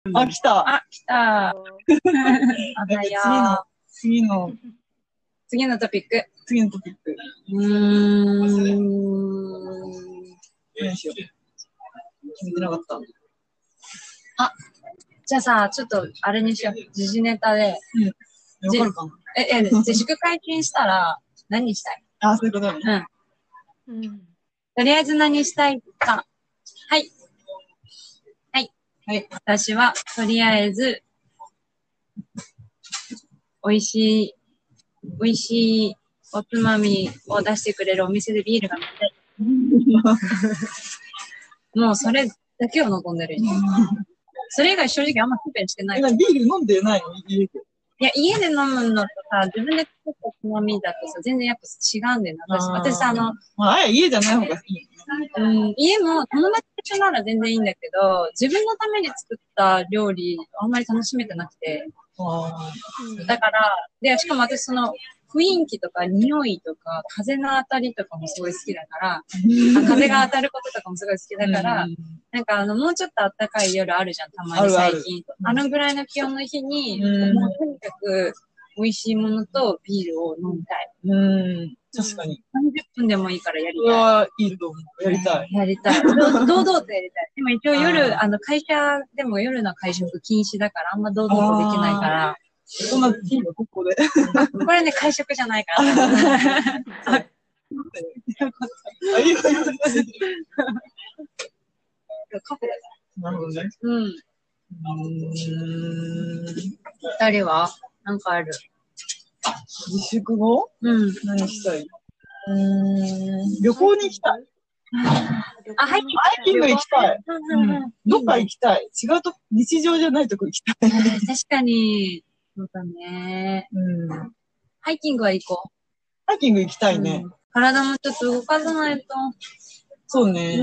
あ、来た。 あ、来た。あだよ。 次のトピック。 次のトピック。何しよう。決めてなかった。 あ、じゃあさ、ちょっと、あれにしよう。時事ネタで。 うん。わかるかな？ 自粛解禁したら、何したい？ あ、そういうことね。 うん。とりあえず何したいか。はい。はい。 はい。 私は、とりあえず、美味しいおつまみを出してくれるお店でビールが飲みたい。もうそれだけを望んでる。それ以外正直あんま不便してない。 ビール飲んでないの？ いや、家で飲むのとさ、自分で作ったつまみだとさ、全然やっぱ違うんだよな。私さ、 家じゃない方がいい。 家も友達と一緒なら全然いいんだけど、自分のために作った料理、あんまり楽しめてなくて。だから、で、しかも私雰囲気とか匂いとか風の当たりとかもすごい好きだから、風が当たることとかもすごい好きだから、なんかもうちょっと暖かい夜あるじゃん、たまに最近。あのぐらいの気温の日に、もうとにかく美味しいものとビールを飲みたい。 確かに。 30分でもいいからやりたい。 いいと思う。やりたい。 やりたい。堂々とやりたい。でも一応夜、会社でも夜の会食禁止だから、あんま堂々とできないから。 そんな、いいのここで。 これね、会食じゃないから。カフェだなるほどね。 二人はなんかある？ 自粛後？何したい？旅行に行きたい。ハイキング行きたい。どっか行きたい。違うと、日常じゃないとこ行きたい。 確かに。そうだね。ハイキングは行こう。 ハイキング行きたいね。 体もちょっと動かさないと。 そうね。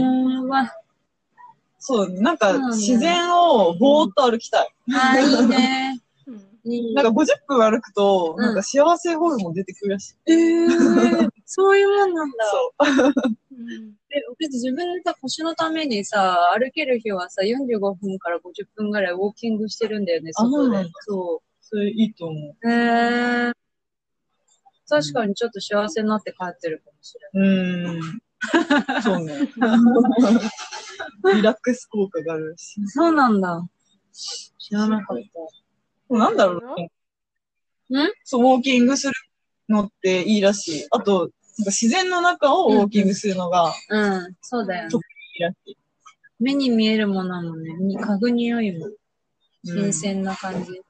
そうね。なんか、自然をぼーっと歩きたい。 いいね。 なんか50分歩くと、なんか幸せホルモン出てくるらしい。 そういうもんなんだ。そう。自分でさ、腰のためにさ、歩ける日はさ、45分から50分ぐらいウォーキングしてるんだよね、外で。そう。 それいいと思う。 確かにちょっと幸せになって帰ってるかもしれない。 そうね。リラックス効果があるらしい。 そうなんだ。知らなかった。 なんだろうね。そう、ウォーキングするのっていいらしい。あと、なんか自然の中をウォーキングするのが、 そうだよね。 いいらしい。 目に見えるものもね、嗅ぐ匂いも新鮮な感じ。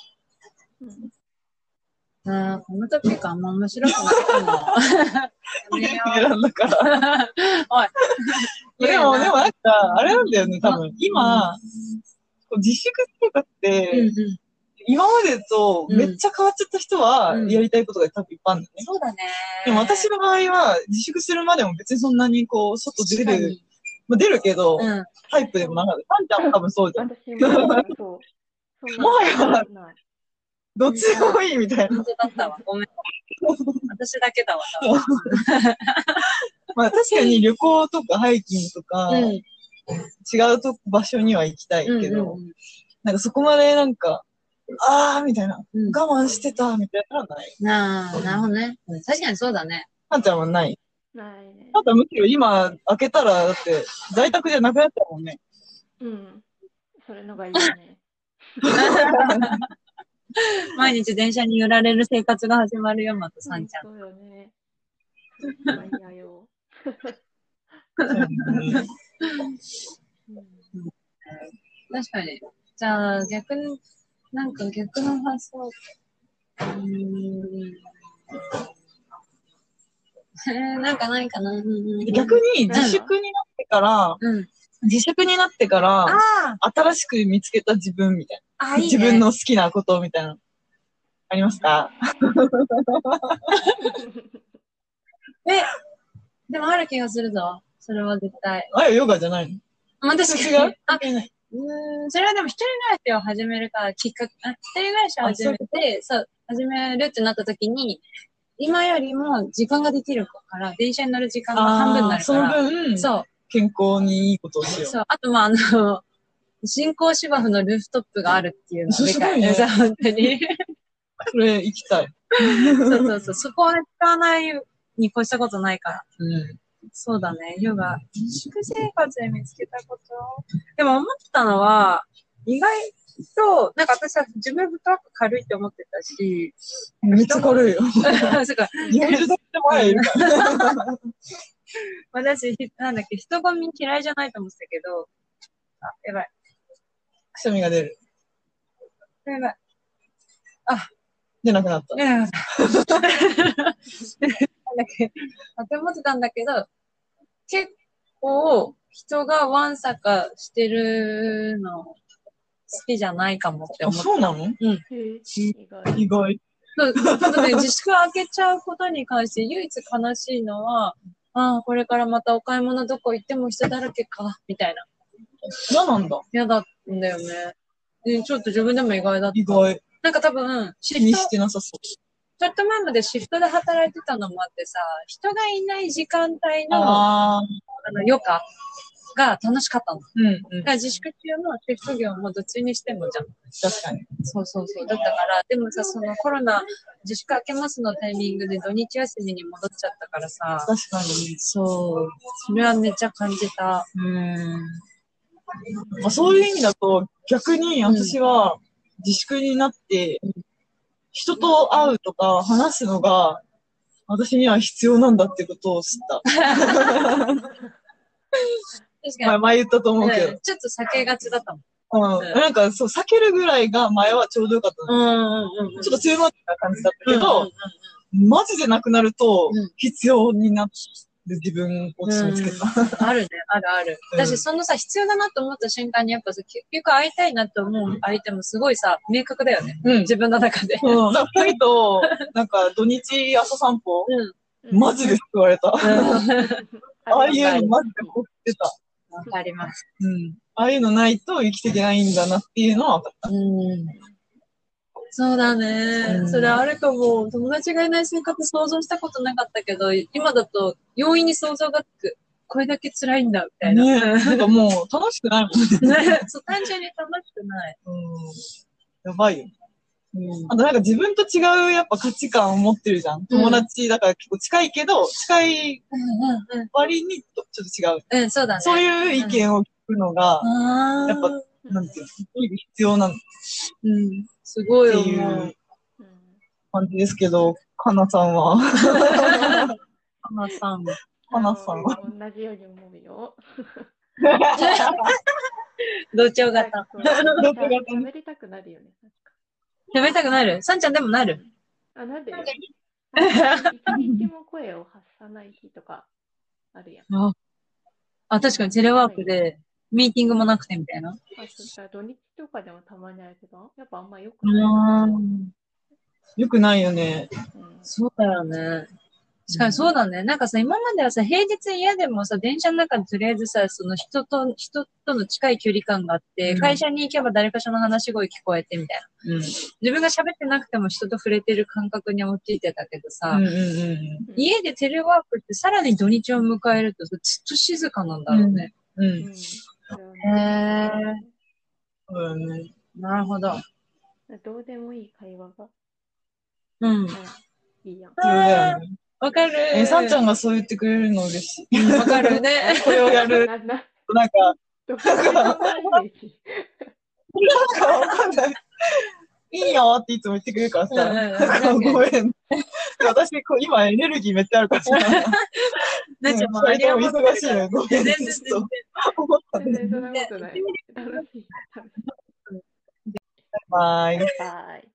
このトピックあんま面白くないかも。 選んだから。おい。でもなんか、あれなんだよね、多分。今、自粛とかって、今までとめっちゃ変わっちゃった人は、やりたいことが多分いっぱいあるんだよね。 そうだね。 でも私の場合は、自粛するまでも別にそんなにこう、外出る、出るけど、タイプでもなかった。サンちゃんも多分そうじゃん。私もそう。もはや、どっちでもいいみたいな。 本当だったわ。ごめん。私だけだわ。 確かに旅行とかハイキングとか、違う場所には行きたいけど、なんかそこまでなんか、みたいな、我慢してた、みたいなのはない。 なるほどね。確かにそうだね。 サンちゃんはない。ないね。あとはむしろ今、開けたら、だって、在宅じゃなくなったもんね。 それのがいいよね。 毎日電車に揺られる生活が始まるよ、また、さんちゃん。 そうよね。嫌よ。 確かに。じゃあ、逆の発想。なんかないかな。 逆に自粛になってから、新しく見つけた自分みたいな。自分の好きなことみたいな。ありますか？ でもある気がするぞ。それは絶対。 ヨガじゃないの？ 私違う？それはでも一人暮らしを始めるから一人暮らしを始めて、始めるってなった時に、今よりも時間ができるから、電車に乗る時間が半分になるから。 その分、健康にいいことをしよう。 そう。あと、 新興芝生のルーフトップがあるっていうのがでかい。 ね、 本当に。 それ行きたい。 そう。そこは使わないに越したことないから。そうだね。ヨガ。自粛生活で見つけたこと。でも思ったのは、意外と、なんか私は自分フットワーク軽いって思ってたし。 めっちゃ軽いよ。 そうか。 40度って前いるから。 私、なんだっけ、人混み嫌いじゃないと思ってたけど、あ、やばい。 くしゃみが出る。 やばい。あ、 出なくなった。 なんだっけ、って思ってたんだけど、結構人がわんさかしてるの好きじゃないかもって思った。 そうなの？意外。 そうね、自粛開けちゃうことに関して唯一悲しいのは、これからまたお買い物どこ行っても人だらけか、みたいな。 嫌なんだ。 嫌だったんだよね。ちょっと自分でも意外だった。 意外。 なんか多分、 気にしてなさそう。 ちょっと前までシフトで働いてたのもあってさ、人がいない時間帯の、余暇が楽しかったの。だから自粛中のシフト業もどっちにしてもじゃん。 確かに。 そう。だったから、でもさ、そのコロナ自粛明けますのタイミングで土日休みに戻っちゃったからさ。 確かに。 そう。それはめっちゃ感じた。 そういう意味だと、逆に私は自粛になって、人と会うとか話すのが、私には必要なんだってことを知った。 確かに。 前言ったと思うけど。 ちょっと避けがちだったもん。 なんかそう、避けるぐらいが前はちょうどよかったの。ちょっと強まった感じだったけど、マジでなくなると必要になって自分を決めつけた。 あるね、ある。私そのさ、必要だなと思った瞬間にやっぱさ、結局会いたいなと思う相手もすごいさ、明確だよね。自分の中で。 なんか二人と、なんか土日朝散歩、マジで救われた。ああいうのマジで送ってた。 わかります。 ああいうのないと生きていけないんだなっていうのは分かった。 そうだね。それあるかも。友達がいない生活想像したことなかったけど、今だと容易に想像がつく。これだけ辛いんだ、みたいな。 なんかもう楽しくないもんね。そう、単純に楽しくない。 やばいよ。あとなんか自分と違うやっぱ価値観を持ってるじゃん。友達だから結構近いけど、近い割にちょっと違う。 そうだね。 そういう意見を聞くのが、やっぱ、なんていうの、必要なの。 すごいっていう感じですけど、かなさんはかなさんは。同じように思うよ。 同調型。 喋りたくなるよね。 喋りたくなる？さんちゃんでもなる？ なんで？一日も声を発さない日とかあるやん。 確かにテレワークでミーティングもなくてみたいな。 そしたら土日とかでもたまにあるけど、やっぱあんま良くない。 良くないよね。 そうだよね。確かにそうだね。なんかさ、今まではさ、平日嫌でもさ、電車の中でとりあえずさ、その人との近い距離感があって、会社に行けば誰かしらの話し声聞こえてみたいな。自分が喋ってなくても人と触れてる感覚に陥ってたけどさ、家でテレワークってさらに土日を迎えるとずっと静かなんだろうね。 そうだね。 なるほど。 どうでもいい会話が。いいやん。 そうだよね。 わかる。 さんちゃんがそう言ってくれるの嬉しい。 わかるね。 これをやる。なんか、わかんない。いいよっていつも言ってくれるからさ。ごめん。私、今エネルギーめっちゃあるからさ。 なちゃんも忙しいのよ。ごめん。 全然思ったね。そんなことない。楽しい。 バイバイ。 バイ。